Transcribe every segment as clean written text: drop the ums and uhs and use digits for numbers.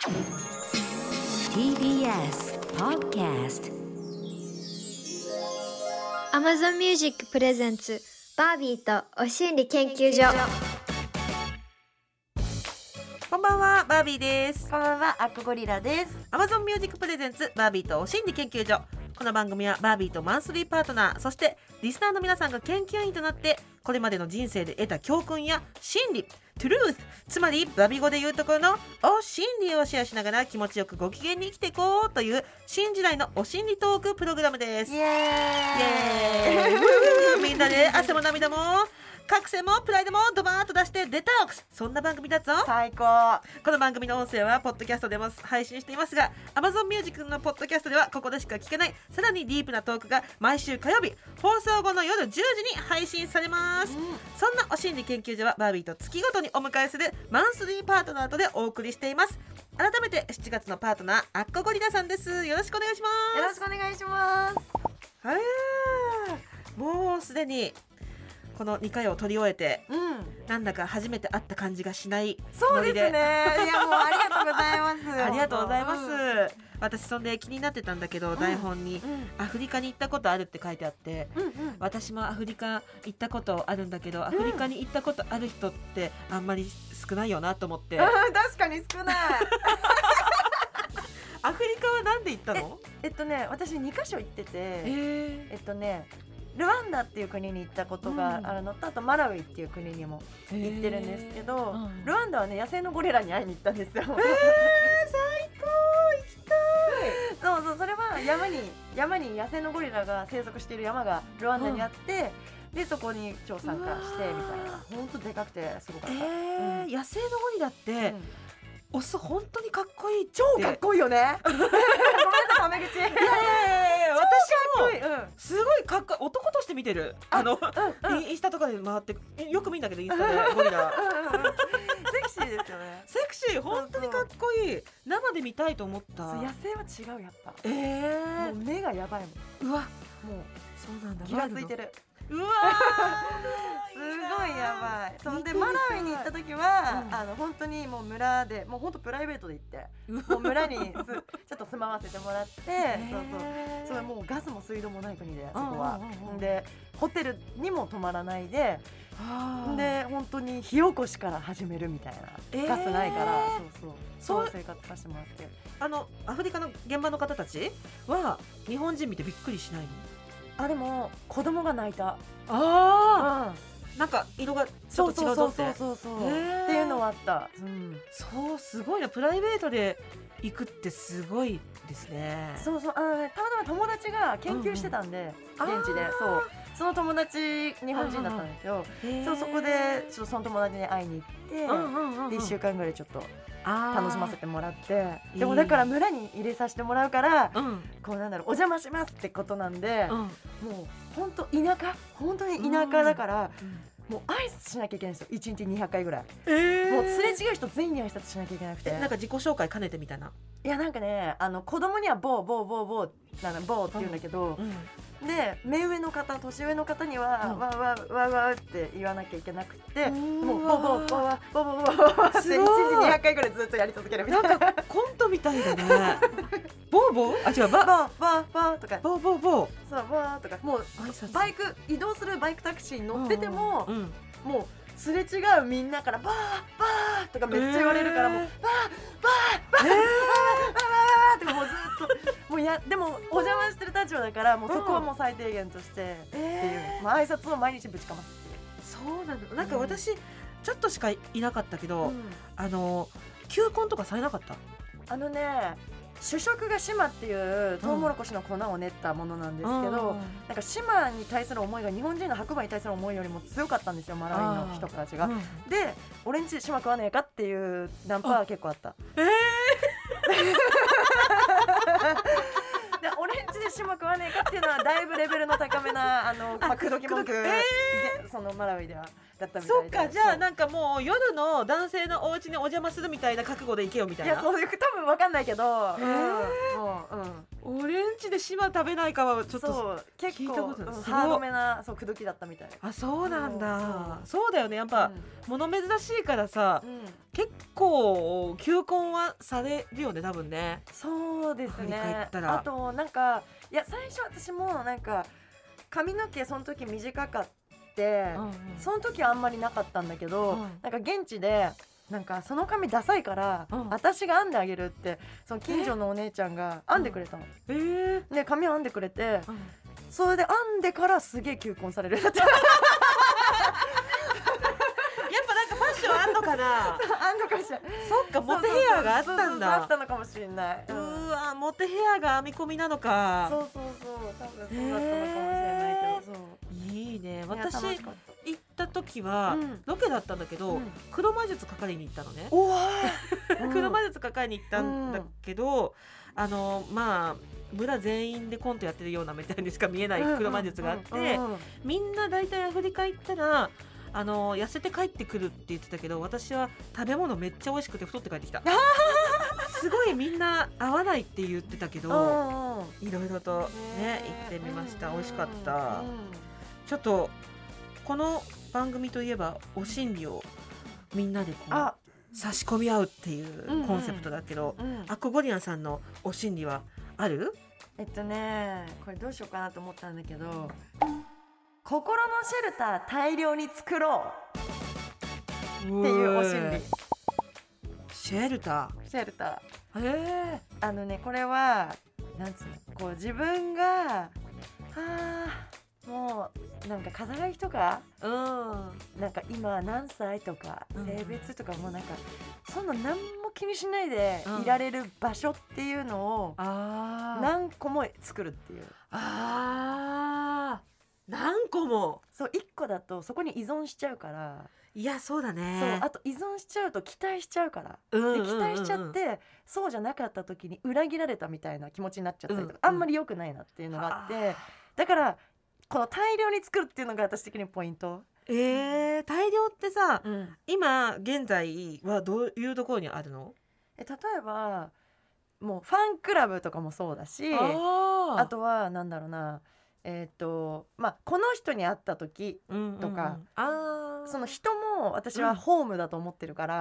TBS Podcast Amazon Music プレゼンツバービーとお心理研究所。 こんばんは、バービーです。 こんばんは、アッコゴリラです。 Amazon Music プレゼンツバービーとお心理研究所。この番組はバービーとマンスリーパートナー、そしてリスナーの皆さんが研究員となってこれまでの人生で得た教訓や真理、トゥルース、つまりバビ語で言うところのお心理をシェアしながら気持ちよくご機嫌に生きていこうという新時代のお心理トークプログラムです。 イエイエーイみんなで汗も涙も覚醒もプライドもドバーッと出してデトックス、そんな番組だぞ。 最高。 この番組の音声はポッドキャストでも配信していますが、 Amazon Music のポッドキャストではここでしか聞けないさらにディープなトークが毎週火曜日放送後の夜10時に配信されます。そんなお心理研究所はバービーと月ごとにお迎えするマンスリーパートナーとでお送りしています。改めて7月のパートナーアッコゴリラさんです。よろしくお願いします。 よろしくお願いします。 はい、もうすでにこの2回を取り終えて、なんだか初めて会った感じがしないそうでノリで。 すね。いや、もうありがとうございます。 ありがとうございます。私そんで気になってたんだけど、台本にアフリカに行ったことあるって書いてあって、私もアフリカ行ったことあるんだけど、アフリカに行ったことある人ってあんまり少ないよなと思って。 確かに少ない。 アフリカはなんで行ったの？ 私2カ所行ってて、ルワンダっていう国に行ったことがあるのと、あとマラウイっていう国にも行ってるんですけど、ルワンダはね、野生のゴリラに会いに行ったんですよ。最高、行きたい。そう、それは山に野生のゴリラが生息している山がルワンダにあって、でそこに超参加してみたいな、本当でかくてすごかった。 野生のゴリラって、オス本当にかっこいいって。 超かっこいいよね。ごめんなさい、タメ口。 いや私もすごいかっこいい、男として見てる。インスタとかで回ってよく見んだけど、インスタでゴリラセクシーですよね。 セクシー、本当にかっこいい。生で見たいと思った。 野生は違う、やっぱ。もう目がやばいもん。 うわ、 もうそうなんだ。 ギラついてる。 うわすごいやばい。そんでマラウイに行った時は、本当にもう村で、もう本当プライベートで行って、もう村にちょっと住まわせてもらって、それもうガスも水道もない国で、そこは。でホテルにも泊まらないで、で本当に火起こしから始めるみたいな、ガスないから、そういう生活させてもらって。 アフリカの現場の方たちは日本人見てびっくりしないの？ でも子供が泣いた。 なんか色がちょっと違うぞって。 そうっていうのはあった。 そう、すごいな。プライベートで行くってすごいですね。 たまたま友達が研究してたんで、現地で。その友達日本人だったんですよ。そこでその友達に会いに行って、1週間ぐらいちょっと楽しませてもらって、でもだから村に入れさせてもらうから、こうなんだろう、お邪魔しますってことなんで、もう本当本当に田舎だから、もう挨拶しなきゃいけないんですよ。1日200回ぐらい。もうすれ違う人全員に挨拶しなきゃいけなくて。 なんか自己紹介兼ねてみたいな。 いや、なんかね、子供にはボーって言うんだけど、で目上の方、年上の方にはわーって言わなきゃいけなくて、もうボーって1日200回ぐらいずっとやり続けるみたいな。 なんかコントみたいだね。ボーボー、違う、バーとか、 ボーボーボー、 そうバーとか、もうバイク移動するバイクタクシーに乗ってても、もうすれ違うみんなからバーとかめっちゃ言われるから、もうバーってもうずっともうでもお邪魔してる立場だから、もうそこはもう最低限としてっていう、挨拶を毎日ぶちかますっていう。 そうなんだ。なんか私ちょっとしかいなかったけど、球根とかされなかった？ 主食が島っていうトウモロコシの粉を練ったものなんですけど、なんか島に対する思いが日本人の白馬に対する思いよりも強かったんですよ、マラウイの人たちが。で、俺んち島食わねえかっていうナンパは結構あった。で俺んちで島食わねえかっていうのはだいぶレベルの高めな口説き文句、そのマラウイではだったみたいで。 そっか、じゃあなんかもう夜の男性のお家にお邪魔するみたいな覚悟で行けよみたいな。 いやそういう多分わかんないけど、もう俺んちで島食べないかはちょっとそう結聞いた構ことない。 ハードめな口説きだったみたい。 あ、そうなんだ。 そうそうだよね、やっぱ物珍しいからさ、結構求婚はされるよね多分ね。 そうですアフリカ行ねったらあとなんかいや最初私もなんか髪の毛その時短かって、その時はあんまりなかったんだけど、なんか現地でなんかその髪ダサいから、私が編んであげるってその近所のお姉ちゃんが編んでくれたの。で髪編んでくれて、それで編んでからすげえ求婚されるようになった。 やっぱなんかファッションあんのかな。 あんのかしら。 そっか、モテヘアがあったんそうあだっ。たのかもしれない。 うーわ、モテヘアが編み込みなのか。 そう多分そうだったのかもしれないけど、そういいね。 いや私楽しかった行った時はロケだったんだけど、黒魔術かかりに行ったのね。 おわ黒魔術かかりに行ったんだけど、まあ村全員でコントやってるようなみたいにしか見えない黒魔術があって、みんな大体アフリカ行ったら痩せて帰ってくるって言ってたけど、私は食べ物めっちゃ美味しくて太って帰ってきた。すごいみんな合わないって言ってたけど、いろいろとね行ってみました。美味しかった。ちょっとこの番組といえばお心理をみんなでこう差し込み合うっていうコンセプトだけど、アッコゴリアンさんのお心理はある？ これどうしようかなと思ったんだけど、心のシェルター大量に作ろうっていうお心理。 シェルタシェルター。 これはなんつうの、こう自分がもうなんか肩書きとか、なんか今何歳とか性別とかもなんかそんな何も気にしないでいられる場所っていうのを何個も作るっていう。 何個も。 そう1個だとそこに依存しちゃうから。 いやそうだね。 そうあと依存しちゃうと期待しちゃうから、で期待しちゃってそうじゃなかった時に裏切られたみたいな気持ちになっちゃったりとか、あんまり良くないなっていうのがあって、だからこの大量に作るっていうのが私的にポイント。 大量ってさ、今現在はどういうところにあるの？ 例えばもうファンクラブとかもそうだし、あとはなんだろうな、この人に会った時とか、その人も私はホームだと思ってるから、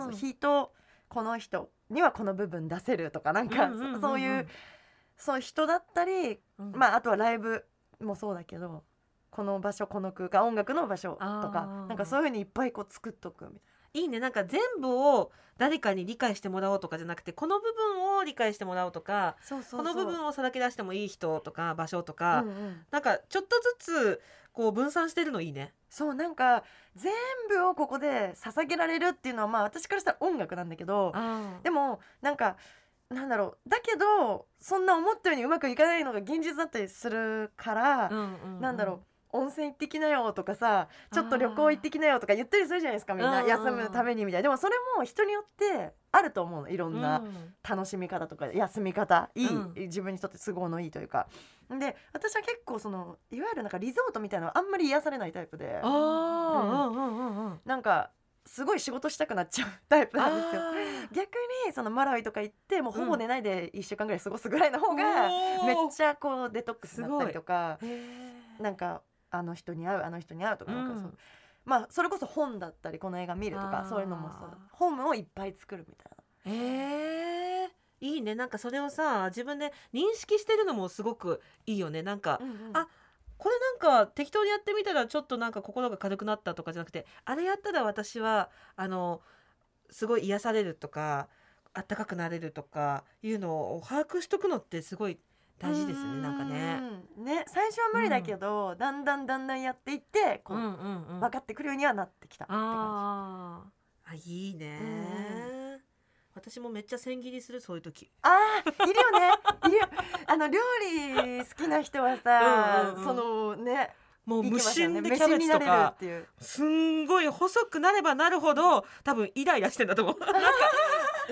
この人にはこの部分出せるとか、なんかそういう人だったり、あとはライブもそうだけど、この場所この空間音楽の場所とか、なんかそういう風にいっぱいこう作っとくみたいな。 いいね。なんか全部を誰かに理解してもらおうとかじゃなくて、この部分を理解してもらおうとか、この部分をさらけ出してもいい人とか場所とか、なんかちょっとずつこう分散してるのいいね。 そうなんか全部をここで捧げられるっていうのは私からしたら音楽なんだけど、でもなんかなんだろう、だけどそんな思ったようにうまくいかないのが現実だったりするから、なんだろう、温泉行ってきなよとかさ、ちょっと旅行行ってきなよとか言ったりするじゃないですか、みんな休むためにみたいな。でもそれも人によってあると思うの、いろんな楽しみ方とか休み方、自分にとって都合のいいというか。で私は結構そのいわゆるなんかリゾートみたいなのはあんまり癒されないタイプで、なんかすごい仕事したくなっちゃうタイプなんですよ。逆にそのマラウイとか行ってもうほぼ寝ないで1週間ぐらい過ごすぐらいの方がめっちゃこうデトックスになったりとか、なんかあの人に会うとか、なんかそうそれこそ本だったりこの映画見るとか、そういうのもそう、本をいっぱい作るみたいな。 いいね。なんかそれをさ自分で認識してるのもすごくいいよね。なんか、これなんか適当にやってみたらちょっとなんか心が軽くなったとかじゃなくて、あれやったら私はすごい癒されるとかあったかくなれるとかいうのを把握しとくのってすごい大事ですね。なんかね最初は無理だけど、だんだんやっていってこう、分かってくるようにはなってきたって感じ。 いいね。私もめっちゃ千切りする、そういう時。 いるよね。いるよ。料理好きな人はさ、そのね、 もう無心でキャベツとかすんごい細くなればなるほど多分イライラしてんだと思う。なんか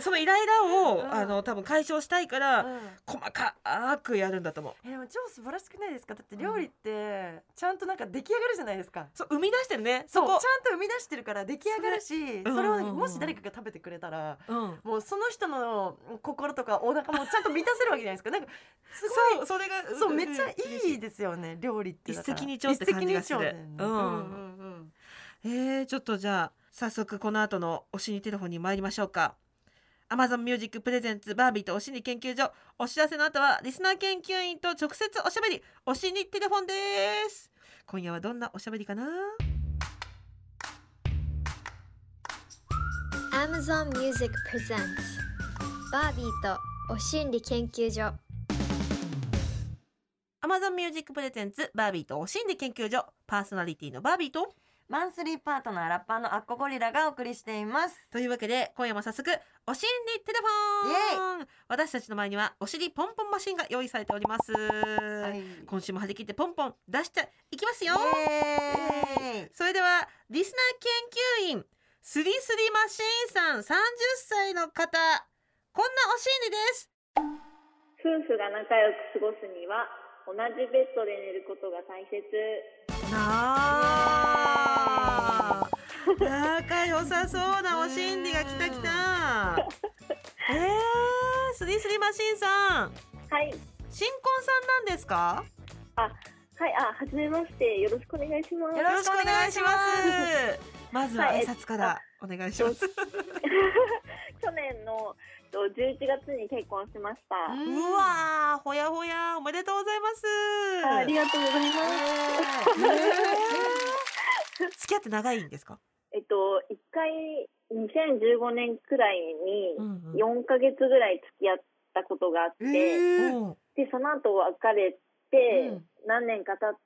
そのイライラを、 うん多分解消したいから、細かくやるんだと思う。 でも超素晴らしくないですか？だって料理ってちゃんとなんか出来上がるじゃないですか。 そう生み出してるね。 そうちゃんそこと生み出してるから出来上がるし、それをもし誰かが食べてくれたら、もうその人の心とかお腹もちゃんと満たせるわけじゃないですか。なんかすごいそれがそうめっちゃいいですよね、料理ってだから。 一石二鳥って感じがする。 一石二鳥だよね。 ちょっとじゃあ早速この後のおしにテレフォンに参りましょうか。 Amazon Music プレゼンツバービーとおしに研究所。お知らせの後はリスナー研究員と直接おしゃべり、おしにテレフォンです。今夜はどんなおしゃべりかな。 Amazon Music Presents バービーとお心理研究所。 Amazon Music プレゼンツバービーとおしんり研究所。パーソナリティのバービーとマンスリーパートナーラッパーのアッコゴリラがお送りしています。 というわけで今夜も早速おしんりテレフォン。私たちの前にはお尻ポンポンマシンが用意されております、今週も張り切ってポンポン出していきますよ。それではリスナー研究員スリスリマシーンさん30歳の方、こんなお心理です。 夫婦が仲良く過ごすには同じベッドで寝ることが大切。 仲良さそうなお心理が来た来た。スリスリマシーンさん、 はい。 新婚さんなんですか？ はい。はじめまして。よろしくお願いします。 よろしくお願いします。まずは挨拶からお願いします。 去年の11月に結婚しました。 うわー、ほやほや、おめでとうございます。 ありがとうございます。 付き合って長いんですか？ 一回2015年くらいに4ヶ月ぐらい付き合ったことがあって、でその後別れて、何年か経って、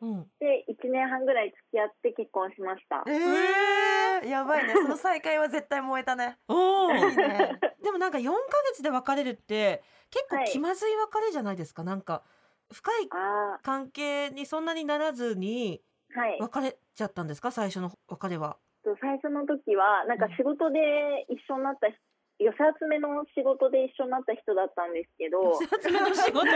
で1年半ぐらい付き合って結婚しました。 やばいね、その再会は絶対燃えたね。 いいね。でもなんか4ヶ月で別れるって結構気まずい別れじゃないですか。なんか深い関係にそんなにならずに別れちゃったんですか？最初の別れは。 最初の時はなんか仕事で一緒になった人、寄せ集めの仕事で一緒になった人だったんですけど、 寄せ集めの仕事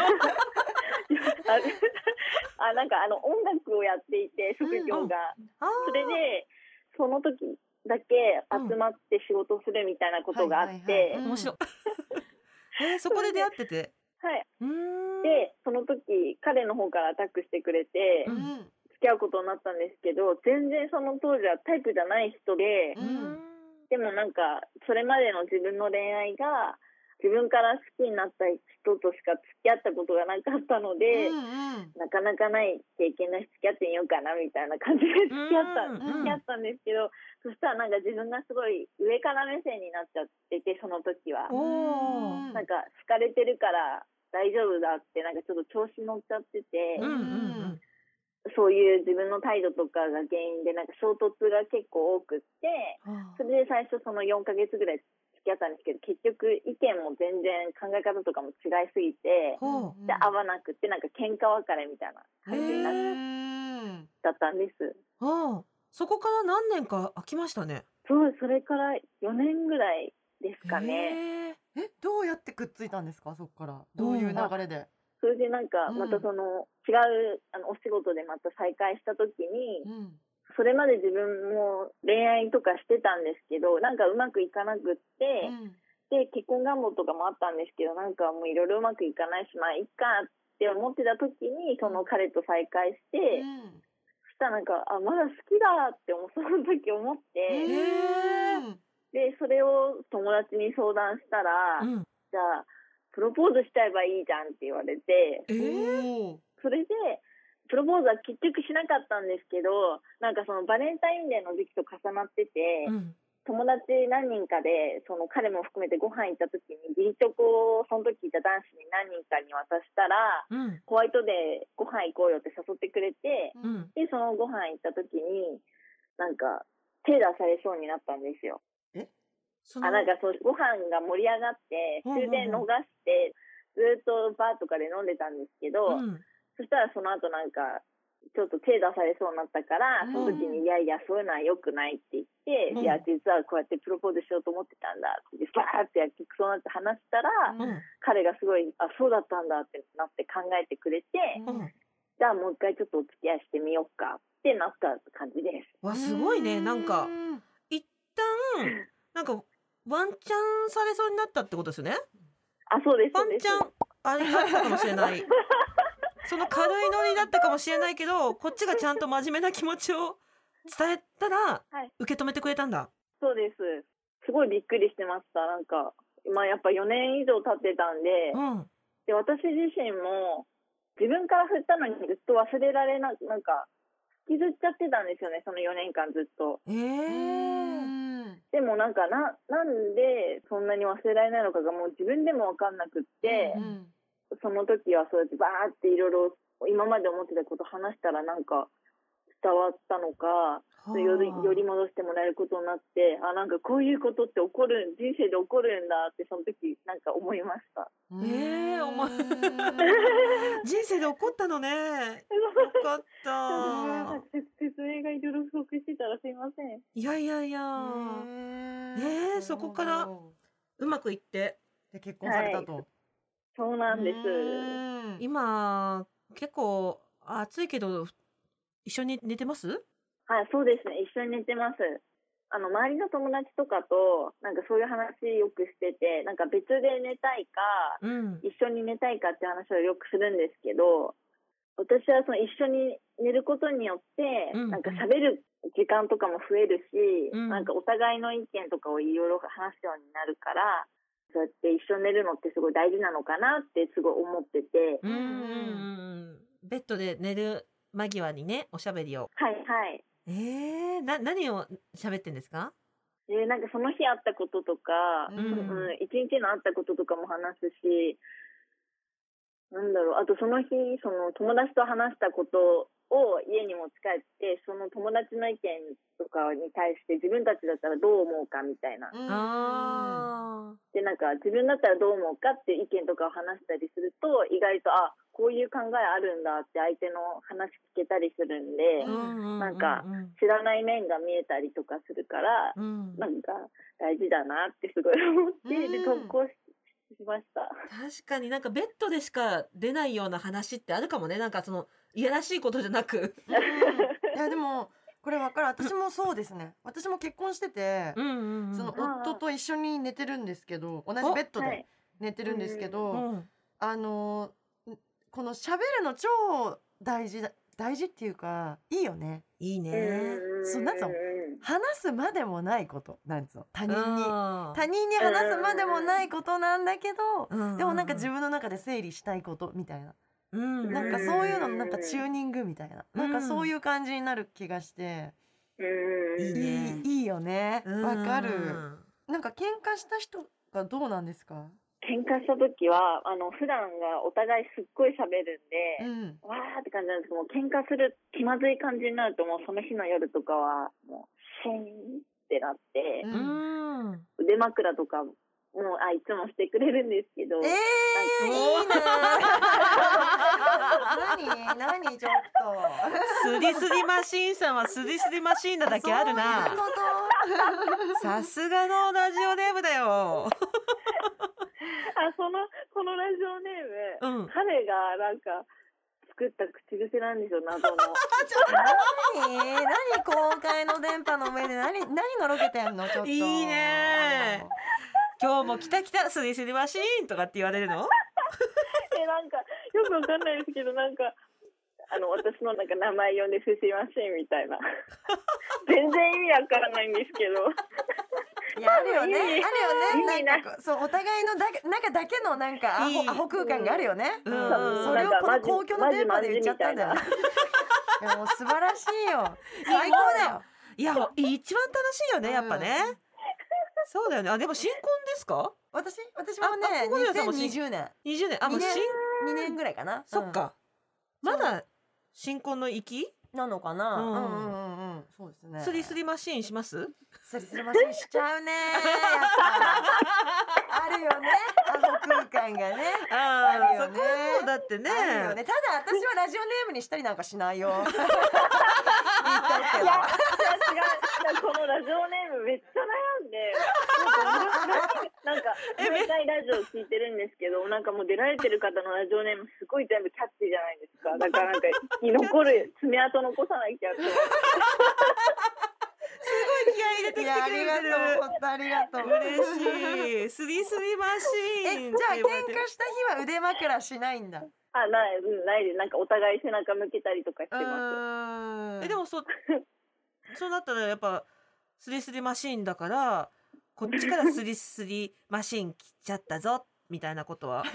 なんか音楽をやっていて職業が、それでその時だけ集まって仕事するみたいなことがあって、 面白い。そこで出会ってて、 でその時彼の方からアタックしてくれて、付き合うことになったんですけど、全然その当時はタイプじゃない人で、でもなんかそれまでの自分の恋愛が自分から好きになった人としか付き合ったことがなかったので、なかなかない経験だし付き合ってみようかなみたいな感じで付き合ったんですけど、そしたらなんか自分がすごい上から目線になっちゃってて、その時はなんか好かれてるから大丈夫だってなんかちょっと調子乗っちゃってて、そういう自分の態度とかが原因でなんか衝突が結構多くって、それで最初その4ヶ月ぐらい付き合ったんですけど、結局意見も全然考え方とかも違いすぎて、で合わなくってなんか喧嘩別れみたいな感じになっちゃったんです。 そこから何年か空きましたね。 それから4年ぐらいですかね。 どうやってくっついたんですか？そこからどういう流れで？ それでなんかまたその違うお仕事でまた再会した時に、それまで自分も恋愛とかしてたんですけど、なんかうまくいかなくって、で結婚願望とかもあったんですけど、なんかもういろいろうまくいかないし、まあいっかって思ってた時にその彼と再会して、そしたらなんかまだ好きだってその時思って、でそれを友達に相談したら、じゃあプロポーズしちゃえばいいじゃんって言われて、それでプロポーズは結局しなかったんですけど、なんかそのバレンタインデーの時期と重なってて、友達何人かでその彼も含めてご飯行った時に義理チョコをその時いた男子に何人かに渡したら、ホワイトデーご飯行こうよって誘ってくれて、でそのご飯行った時になんか手出されそうになったんですよ。なんかそうご飯が盛り上がって終電逃してずっとバーとかで飲んでたんですけど、そしたらその後なんかちょっと手出されそうになったから、その時にいやいやそういうのは良くないって言って、いや実はこうやってプロポーズしようと思ってたんだってバーってそうなって話したら、彼がすごいそうだったんだってなって考えてくれて、じゃあもう一回ちょっとお付き合いしてみようかってなった感じです。 わすごいね。なんか一旦なんかワンチャンされそうになったってことですよね。 そうです。 ワンチャンあったかもしれない。その軽いノリだったかもしれないけど、こっちがちゃんと真面目な気持ちを伝えたら受け止めてくれたんだ。 そうです。すごいびっくりしてました。なんかやっぱ4年以上経ってたんで、で私自身も自分から振ったのにずっと忘れられなんか引きずっちゃってたんですよね、その4年間ずっと。でもなんでそんなに忘れられないのかがもう自分でも分かんなくって、その時はそうやってバーっていろいろ今まで思ってたこと話したらなんか伝わったのか、より戻してもらえることになって、なんかこういうことって人生で起こるんだってその時なんか思いました。 人生で起こったのね。よかった。 説明がいろいろ不足してたらすいません。 いやそこからうまくいってで結婚されたと。 そうなんです。 今結構暑いけど一緒に寝てます？ はい、そうですね。一緒に寝てます。周りの友達とかとなんかそういう話よくしてて、なんか別で寝たいか、一緒に寝たいかって話をよくするんですけど、私はその一緒に寝ることによって、なんか喋る時間とかも増えるし、なんかお互いの意見とかをいろいろ話すようになるから、そうやって一緒に寝るのってすごい大事なのかなってすごい思ってて、 ベッドで寝る間際にね、おしゃべりを。 はいはい。 何を喋ってんですか？ なんかその日あったこととか、一日のあったこととかも話すし、あとその日その友達と話したことを家に持ち帰って、その友達の意見とかに対して自分たちだったらどう思うかみたいな。でなんか自分だったらどう思うかっていう意見とかを話したりすると、意外とこういう考えあるんだって相手の話聞けたりするんで、なんか知らない面が見えたりとかするから、なんか大事だなってすごい思ってで投稿しました。 確かになんかベッドでしか出ないような話ってあるかもね。なんかそのいやらしいことじゃなくいやでもこれ分かる。私もそうですね。私も結婚してて、その夫と一緒に寝てるんですけど、同じベッドで寝てるんですけど、この喋るの超大事っていうかいいよね。 いいね。 そうなんつうの、話すまでもないこと、なんつうの、他人に話すまでもないことなんだけど、でもなんか自分の中で整理したいことみたいな、なんかそういうのなんかチューニングみたいな、なんかそういう感じになる気がして、いいよね。わかる。なんか喧嘩した人がどうなんですか？ 喧嘩した時は普段がお互いすっごい喋るんで、わーって感じなんですけども、喧嘩する気まずい感じになるともうその日の夜とかはもうシーンってなって、腕枕とかもいつもしてくれるんですけど、 いいね何ちょっとスリスリマシーンさんはスリスリマシーンなだけあるな。さすがのラジオネームだよ。 このラジオネーム、彼がなんか作った口癖なんですよ、謎の。 何公開の電波の上で何のろけてんの？ちょっといいね。今日も来たスリスリマシーンとかって言われるの？ なんかよくわかんないですけど、なんか私のなんか名前呼んでスリスリマシーンみたいな。全然意味わからないんですけど。 いやあるよね。なんかそうお互いの中だけのなんかアホ空間があるよね。それをこの公共の電波で言っちゃったんだよ。いやもう素晴らしいよ。最高だよ。 いや一番楽しいよね、やっぱね。そうだよね。でも新婚ですか？ 私もね2020年。 20年。 2年ぐらいかな。 そっか。まだ新婚の域なのかな。そうですね。 スリスリマシーンします？ スリスリマシーンしちゃうね。やっぱあるよね。アホ空間。 感がねあるよね。 そこはもうだってね。 あるよね。ただ私はラジオネームにしたりなんかしないよ。言っとくけど。 違うこのラジオネームめっちゃ悩んでなんか毎回ラジオ聞いてるんですけど、なんかもう出られてる方のラジオネームすごい全部キャッチーじゃないですか。だからなんか生き残る爪痕残さなきゃって。 すごい気合い入れてきてくれてる。 ありがとう、本当ありがとう。 嬉しい。スリスリマシーン。 じゃあ喧嘩した日は腕枕しないんだ。 ないで、なんかお互い背中向けたりとかしてます。 でもそうなったらやっぱスリスリマシーンだからこっちからスリスリマシーン切っちゃったぞみたいなことは。 反省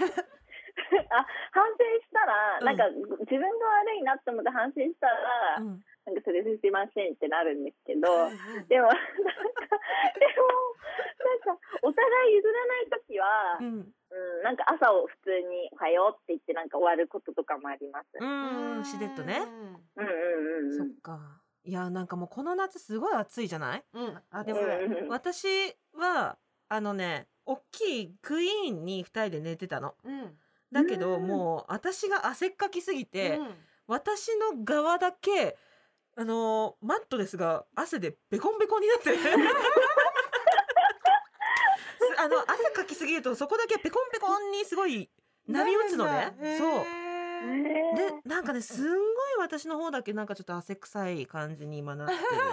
したら、なんか自分が悪いなって思って反省したら、なんかそれすいませんってなるんですけど、でもお互い譲らないときは、なんか朝を普通におはようって言ってなんか終わることとかもあります。 しれっとね。そっか。いやなんかもうこの夏すごい暑いじゃない？ でも私は大きいクイーンに2人で寝てたの。だけどもう私が汗っかきすぎて、私の側だけマットレスが汗でベコンベコンになって汗かきすぎるとそこだけペコンペコンにすごい波打つのね。そうでなんかねすんごい私の方だけなんかちょっと汗臭い感じに今なって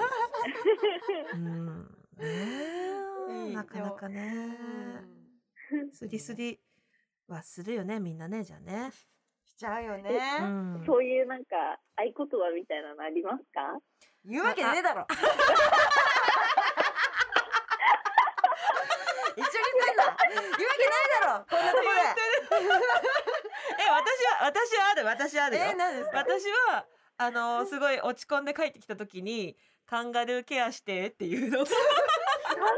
る。なかなかねスリスリはするよねみんなね。じゃあねしちゃうよね。 そういうなんか合言葉みたいなのありますか？ 言うわけねえだろ。一緒にすんな。言うわけないだろ。こんなとこで。私はあるよ。 何ですか？ 私はすごい落ち込んで帰ってきた時にカンガルーケアしてっていうの。そしたらカンガル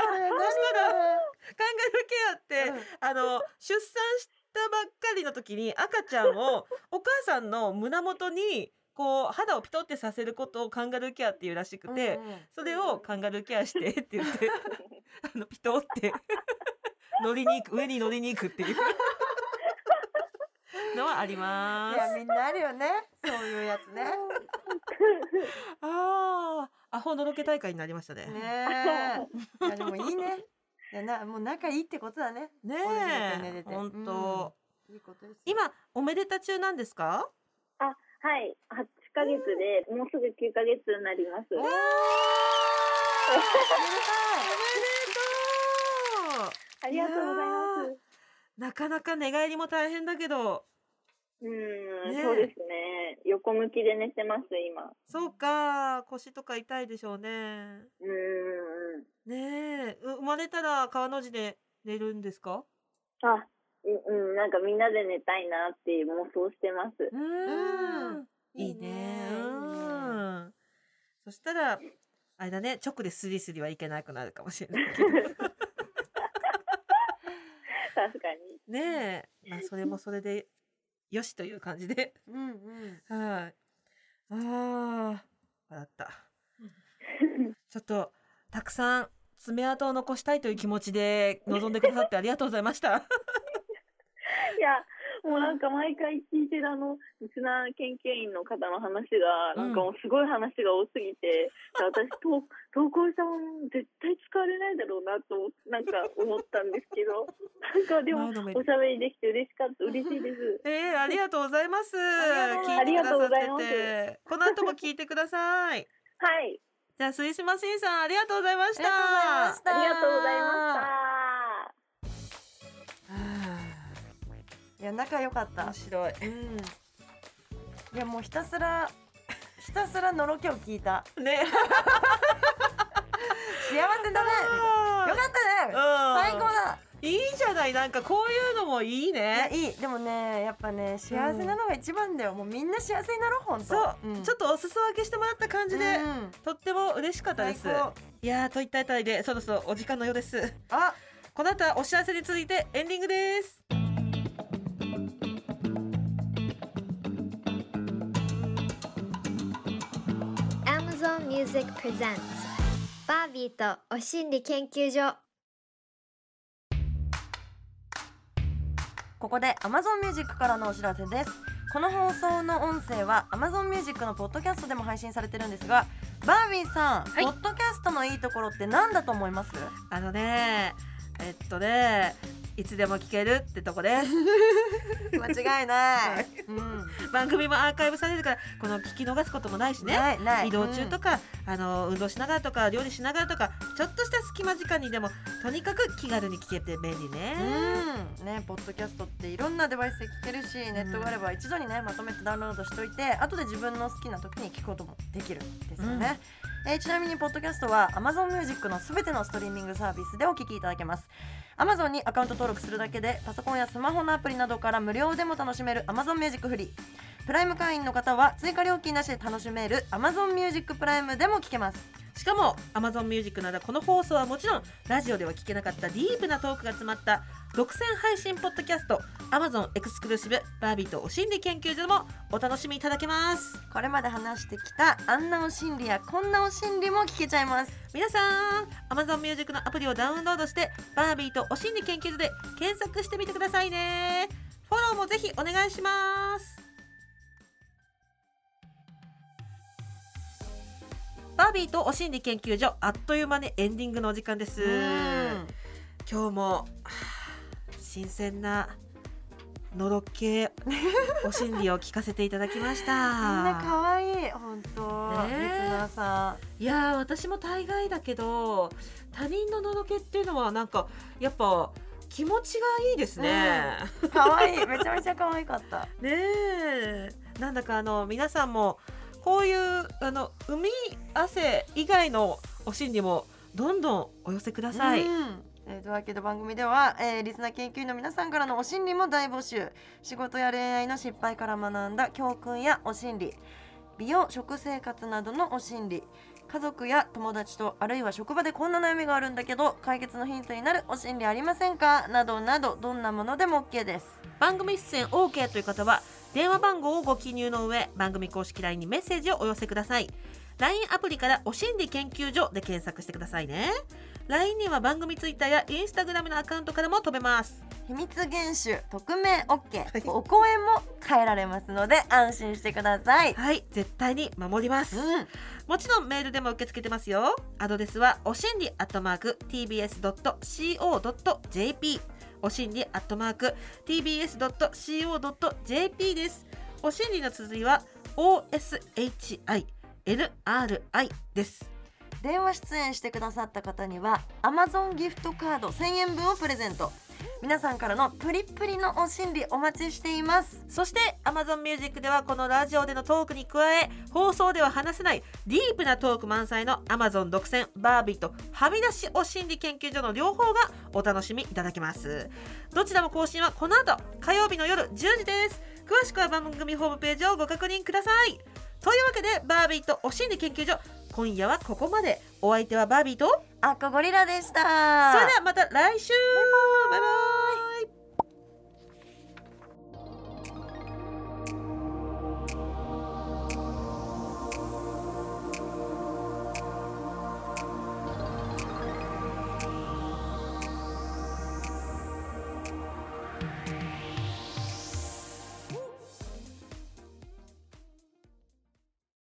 ーケアって、出産したばっかりの時に赤ちゃんをお母さんの胸元にこう肌をピトってさせることをカンガルーケアっていうらしくて、それをカンガルーケアしてって言ってピトって上に乗りに行くっていうのはあります。 いやみんなあるよねそういうやつね。 アホのろけ大会になりましたね。 いやでもいいね。いやもう仲いいってことだね。 ねえ本当、 いいことです。 今おめでた中なんですか？ はい、8ヶ月でもうすぐ9ヶ月になります。 おめでとう。 ありがとうございます。 なかなか寝返りも大変だけど。 そうですね。横向きで寝てます今。 そうか、腰とか痛いでしょうね。ねえ、生まれたら川の字で寝るんですか？ なんかみんなで寝たいなって妄想してます。 いいね。そしたらあれだね、直でスリスリはいけなくなるかもしれないけど。 確かに。 ねえ、まあそれもそれでよしという感じで。はい。笑った。ちょっとたくさん爪痕を残したいという気持ちで臨んでくださってありがとうございました。 いやもうなんか毎回聞いてるリスナー研究員の方の話がなんかもうすごい話が多すぎて、私投稿者も絶対使われないだろうなとなんか思ったんですけど、なんかでもおしゃべりできて嬉しいです。 ありがとうございます。 ありがとうございます。 この後も聞いてください。 はい。 じゃあスイスマシンさんありがとうございました。 ありがとうございました。 いや仲良かった。 面白い。 いやもうひたすらのろけを聞いた。 ね。 幸せだね。よかったね。最高だ。 いいじゃない。なんかこういうのもいいね。 いい。でもねやっぱね幸せなのが一番だよ。もうみんな幸せになろう本当。 そう。ちょっとお裾分けしてもらった感じで、とっても嬉しかったです。いやといったあたりでそろそろお時間のようです。この後はお知らせに続いてエンディングです。 Amazon Music Presents バービーとお心理研究所。 ここで Amazon Music からのお知らせです。この放送の音声は Amazon Music のポッドキャストでも配信されてるんですが、バービーさん、 はい、 ポッドキャストのいいところって何だと思います？ いつでも聞けるってとこです間違いない、 番組もアーカイブされるからこの聞き逃すこともないしね。 ない移動中とか、運動しながらとか料理しながらとかちょっとした隙間時間にでもとにかく気軽に聞けて便利ね。 ポッドキャストっていろんなデバイスで聞けるし、ネットがあれば一度にねまとめてダウンロードしといて後で自分の好きな時に聞くこともできるんですよね。ちなみにポッドキャストは Amazon Music のすべてのストリーミングサービスでお聞きいただけます。 Amazon にアカウント登録するだけでパソコンやスマホのアプリなどから無料でも楽しめる Amazon Music フリー。プライム会員の方は追加料金なしで楽しめる Amazon Music プライムでも聞けます。 しかも Amazon Music ならこの放送はもちろんラジオでは聞けなかったディープなトークが詰まった独占配信ポッドキャスト Amazon エクスクルーシブバービーとお心理研究所でもお楽しみいただけます。 これまで話してきたあんなお心理やこんなお心理も聞けちゃいます。 皆さん Amazon Music のアプリをダウンロードしてバービーとお心理研究所で検索してみてくださいね。フォローもぜひお願いします。バービーとお心理研究所あっという間にエンディングのお時間です。今日も新鮮なのろけお心理を聞かせていただきました。 みんな可愛い本当、リスナーさん。 いや私も大概だけど他人ののろけっていうのはなんかやっぱ気持ちがいいですね。 可愛いめちゃめちゃ可愛かったねえ、なんだか皆さんもこういう海汗以外のお心理もどんどんお寄せください。 というわけで番組では、リスナー研究員の皆さんからのお心理も大募集。仕事や恋愛の失敗から学んだ教訓やお心理、美容食生活などのお心理、家族や友達とあるいは職場でこんな悩みがあるんだけど解決のヒントになるお心理ありませんかなどなどどんなものでも OK です。 番組出演 OK という方は電話番号をご記入の上番組公式 LINE にメッセージをお寄せください。 LINE アプリからお心理研究所で検索してくださいね。 LINE には番組 Twitter や Instagram のアカウントからも飛べます。 秘密厳守匿名 OK、お声も変えられますので安心してください。 はい、絶対に守ります、もちろんメールでも受け付けてますよ。アドレスはおしんり@tbs.co.jp おしんり@tbs.co.jp です。おしんりの綴りは OSHINRI です。 電話出演してくださった方には Amazon ギフトカード1000円分をプレゼント。皆さんからのプリップリのお心理お待ちしています。 そして Amazon Music ではこのラジオでのトークに加え放送では話せないディープなトーク満載の Amazon 独占バービーとはみ出しお心理研究所の両方がお楽しみいただけます。どちらも更新はこの後火曜日の夜10時です。詳しくは番組ホームページをご確認ください。というわけでバービーとお心理研究所今夜はここまで。お相手はバービーとアッコゴリラでした。 それではまた来週。バイバイ。